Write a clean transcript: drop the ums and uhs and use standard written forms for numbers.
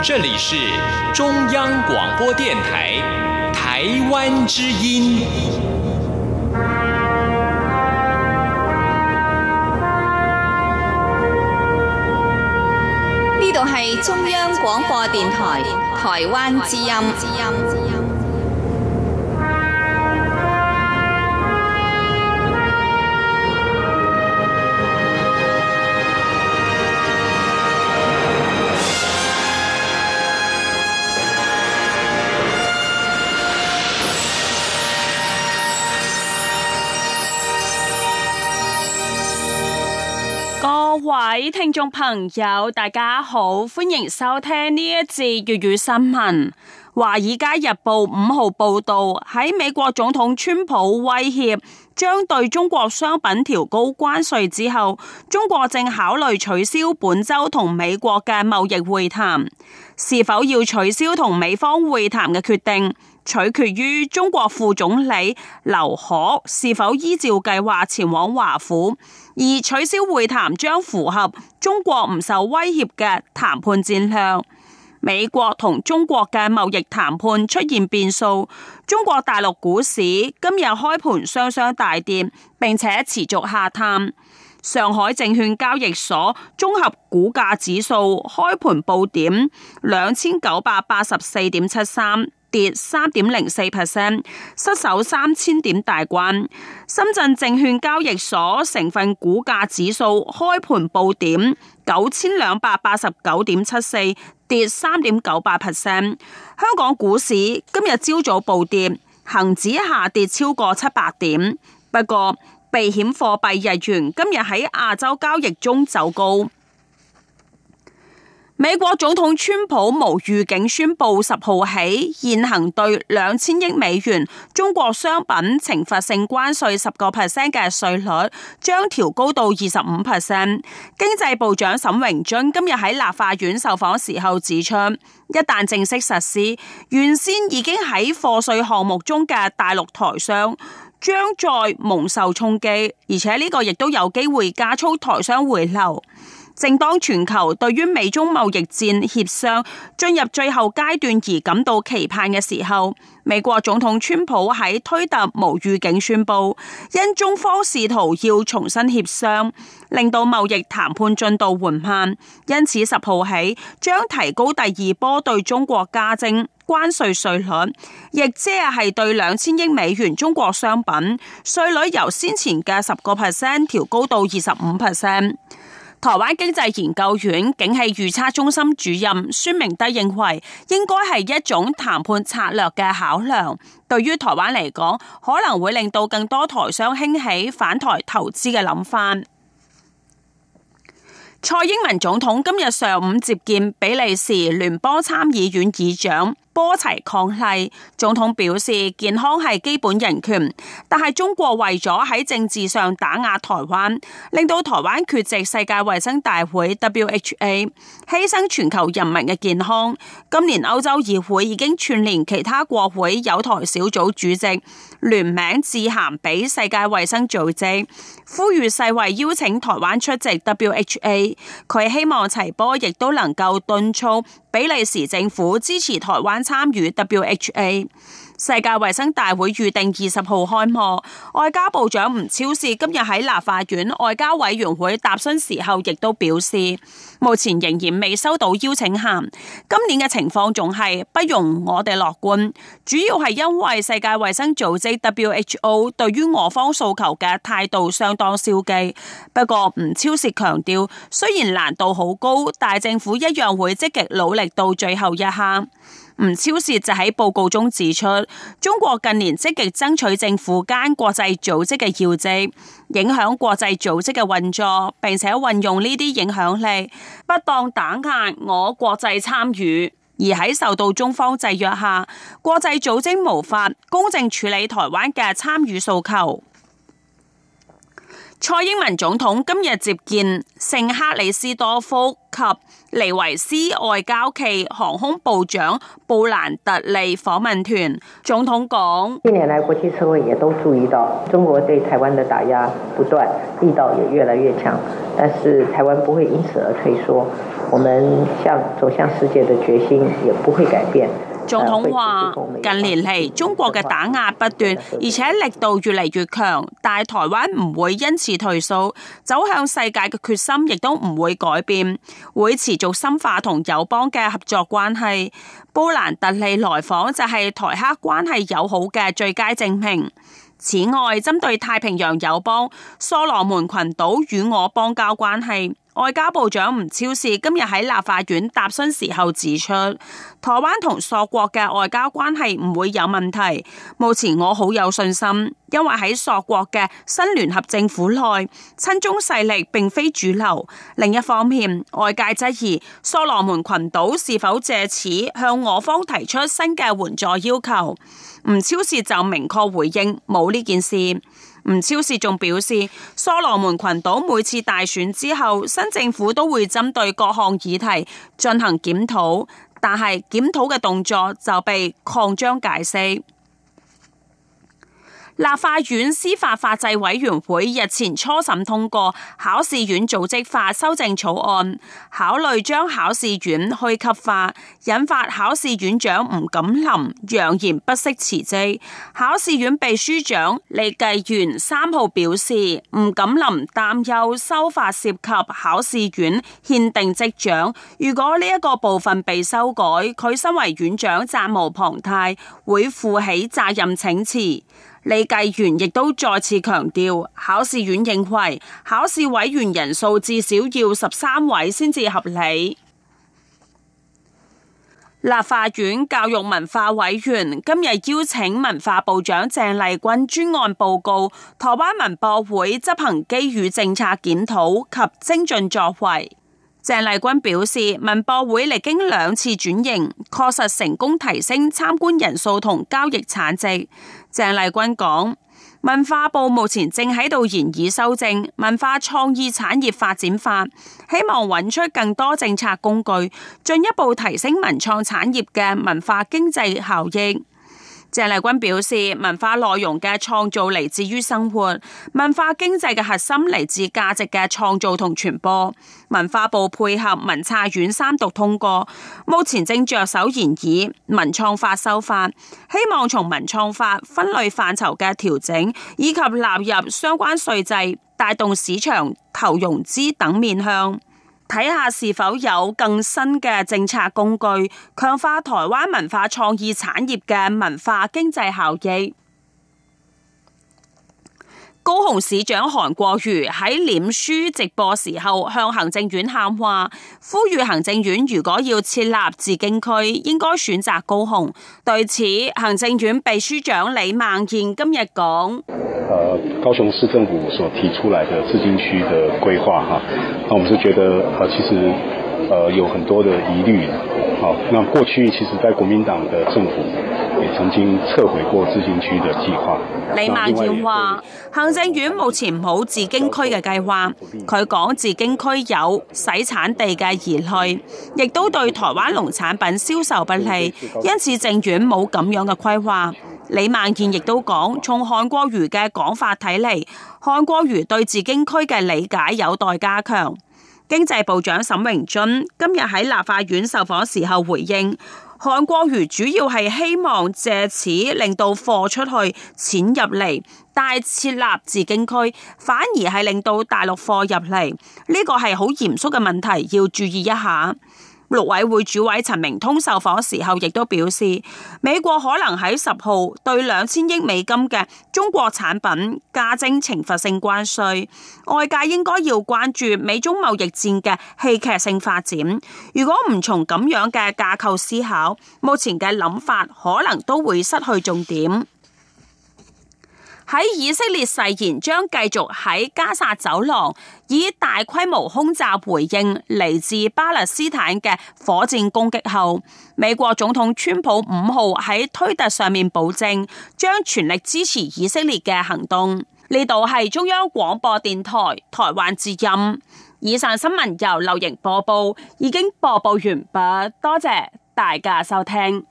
这里是中央广播电台台湾之音。 呢度係中央廣播電台台灣之音。 各位聽眾朋友，大家好，歡迎收聽呢一節粵語新聞。華爾街日報5號報道，喺美國總統川普威脅將對中國商品調高關稅之後，中國正考慮取消本週同美國嘅貿易會談。是否要取消同美方會談嘅決定，取決於中國副總理劉鶴是否依照計劃前往華府，而取消會談將符合中國唔受威脅嘅談判戰略。美國同中國嘅貿易談判出現變數，中國大陸股市今日開盤雙雙大跌，並且持續下探。上海證券交易所綜合股價指數開盤報點2984.73，跌3.04%，失守3000點大關。深圳證券交易所成分股價指數開盤報點9289.74，跌3.98%。香港股市今日朝早暴跌，恒指下跌超過700點，不過避險貨幣日元今日喺亞洲交易中走高。美國總統川普無預警宣布10號起現行對2000億美元中國商品懲罰性關稅10% 嘅稅率將調高到25%。經濟部長沈榮津今日喺立法院受訪時候指出，一旦正式實施，原先已經喺課稅項目中嘅大陸台商將再蒙受衝擊，而且呢個亦都有機會加速台商回流。正當全球對於美中貿易戰協商進入最後階段而感到期盼嘅時候，美國總統川普喺推特無預警宣布，因中方試圖要重新協商，令到貿易談判進度緩慢，因此10號起將提高第二波對中國加徵關稅稅率，亦即係對2000億美元中國商品稅率由先前嘅10% 調高到25%。台灣經濟研究院景氣預測中心主任孫明德認為，應該係一種談判策略嘅考量，對於台灣嚟講，可能會令到更多台商興起返台投資嘅諗法。蔡英文總統今日上午接見比利時聯邦參議院議長波齊伉儷，總統表示健康係基本人權，但係中國為咗喺政治上打壓台灣，令到台灣缺席世界衛生大會 WHA， 犧牲全球人民嘅健康。今年歐洲議會已經串聯其他國會友台小組主席聯名致函俾世界衛生組織，呼籲世衛邀請台灣出席 WHA。佢希望齊波亦都能夠敦促比利時政府支持台灣參與 WHA。 世界衛生大會預定20號開幕，外交部長吳釗燮今日喺立法院外交委員會答詢時候亦都表示，目前仍然未收到邀請函，今年嘅情況仲係不容我哋樂觀，主要係因為世界衛生組織 WHO 對於我方訴求嘅態度相當消極。不過吳釗燮強調，雖然難度好高，但政府一樣會積極努力到最後一刻。吳釗燮就喺報告中指出，中國近年積極爭取政府間國際組織嘅要職，影響國際組織嘅運作，並且運用呢啲影響力，不當打壓我國際參與。而喺受到中方制約下，國際組織無法公正處理台灣嘅參與訴求。蔡英文總統今日接見聖克里斯多福及尼維斯外交暨航空部長布蘭特利訪問團。總統講： 近年來國際社會也都注意到，中國對台灣的打壓不斷，力道也越來越強，但是台灣不會因此而退縮，我們走向世界的決心也不會改變。 總統話：近年嚟中國嘅打壓不斷，而且力度越嚟越強，但係台灣唔會因此退縮，走向世界嘅決心亦都唔會改變，會持續深化同友邦嘅合作關係。布蘭特利來訪就係台黑關係友好嘅最佳證明。此外，針對太平洋友邦所羅門群島與我邦交關係，外交部長吳釗燮今日喺立法院答詢時候指出，台灣同索國嘅外交關係唔會有問題。目前我好有信心，因為喺索國嘅新聯合政府內，親中勢力並非主流。另一方面，外界質疑所羅門群島是否借此向我方提出新嘅援助要求。吳釗燮就明確回應冇呢件事。吳釗燮仲表示，所羅門群島每次大選之後，新政府都會針對各項議題進行檢討，但係檢討嘅動作就被擴張解釋。立法院司法法制委員會日前初審通過考試院組織法修正草案，考慮將考試院虛級化，引發考試院長吳錦霖揚言不惜辭職。考試院秘書長李繼元3號表示，吳錦霖擔憂修法涉及考試院憲定職掌，如果呢一個部分被修改，佢身為院長責無旁貸，會負起責任請辭。李繼元亦都再次強調，考試院認為考試委員人數至少要13位先至合理。立法院教育文化委員今日邀請文化部長鄭麗君專案報告台灣文博會執行基語政策檢討及精進作為。鄭麗君表示，文博會歷經2次轉型，確實成功提升參觀人數同交易產值。鄭麗君講，文化部目前正喺度研議修正文化創意產業發展法，希望揾出更多政策工具，進一步提升文創產業嘅文化經濟效益。鄭麗君表示，文化內容嘅創造嚟自於生活，文化經濟嘅核心嚟自價值嘅創造同傳播。文化部配合文策院3讀通過，目前正着手研議文創法修法，希望從文創法分類範疇嘅調整，以及納入相關稅制，帶動市場投融資等面向。睇下是否有更新嘅政策工具，強化台灣文化創意產業嘅文化經濟效益。高雄市長韓國瑜喺臉書直播時候向行政院喊話，呼籲行政院如果要設立自經區，應該選擇高雄。對此，行政院秘書長李孟諺今日講： 高雄市政府所提出來的自經區的規劃，那我們是覺得其實有很多的疑慮。好，那過去其實在國民黨的政府也曾經撤回過自經區的計劃。 李孟諺話，行政院目前冇自經區嘅計劃。佢講自經區有洗產地嘅疑慮，亦都對台灣農產品銷售不利，因此政院冇咁樣嘅規劃。李孟諺亦都講，從韓國瑜嘅講法睇嚟，韓國瑜對自經區嘅理解有待加強。經濟部長沈榮津今日喺立法院受訪時候回應，韓國瑜主要係希望借此令到貨出去，錢入嚟，但係設立自經區反而係令到大陸貨入嚟，呢個係好嚴肅嘅問題，要注意一下。陸委會主委陳明通受訪時候亦都表示，美國可能喺10號對2000億美金嘅中國產品加徵懲罰性關稅，外界應該要關注美中貿易戰嘅戲劇性發展。如果唔從咁樣嘅架構思考，目前嘅諗法可能都會失去重點。喺以色列誓言將繼續喺加薩走廊以大規模空襲回應嚟自巴勒斯坦嘅火箭攻擊後，美國總統川普5號喺推特上面保證將全力支持以色列嘅行動。呢度係中央廣播電台台灣之音。 以上新聞由劉瑩播報，已經播報完畢，多謝大家收聽。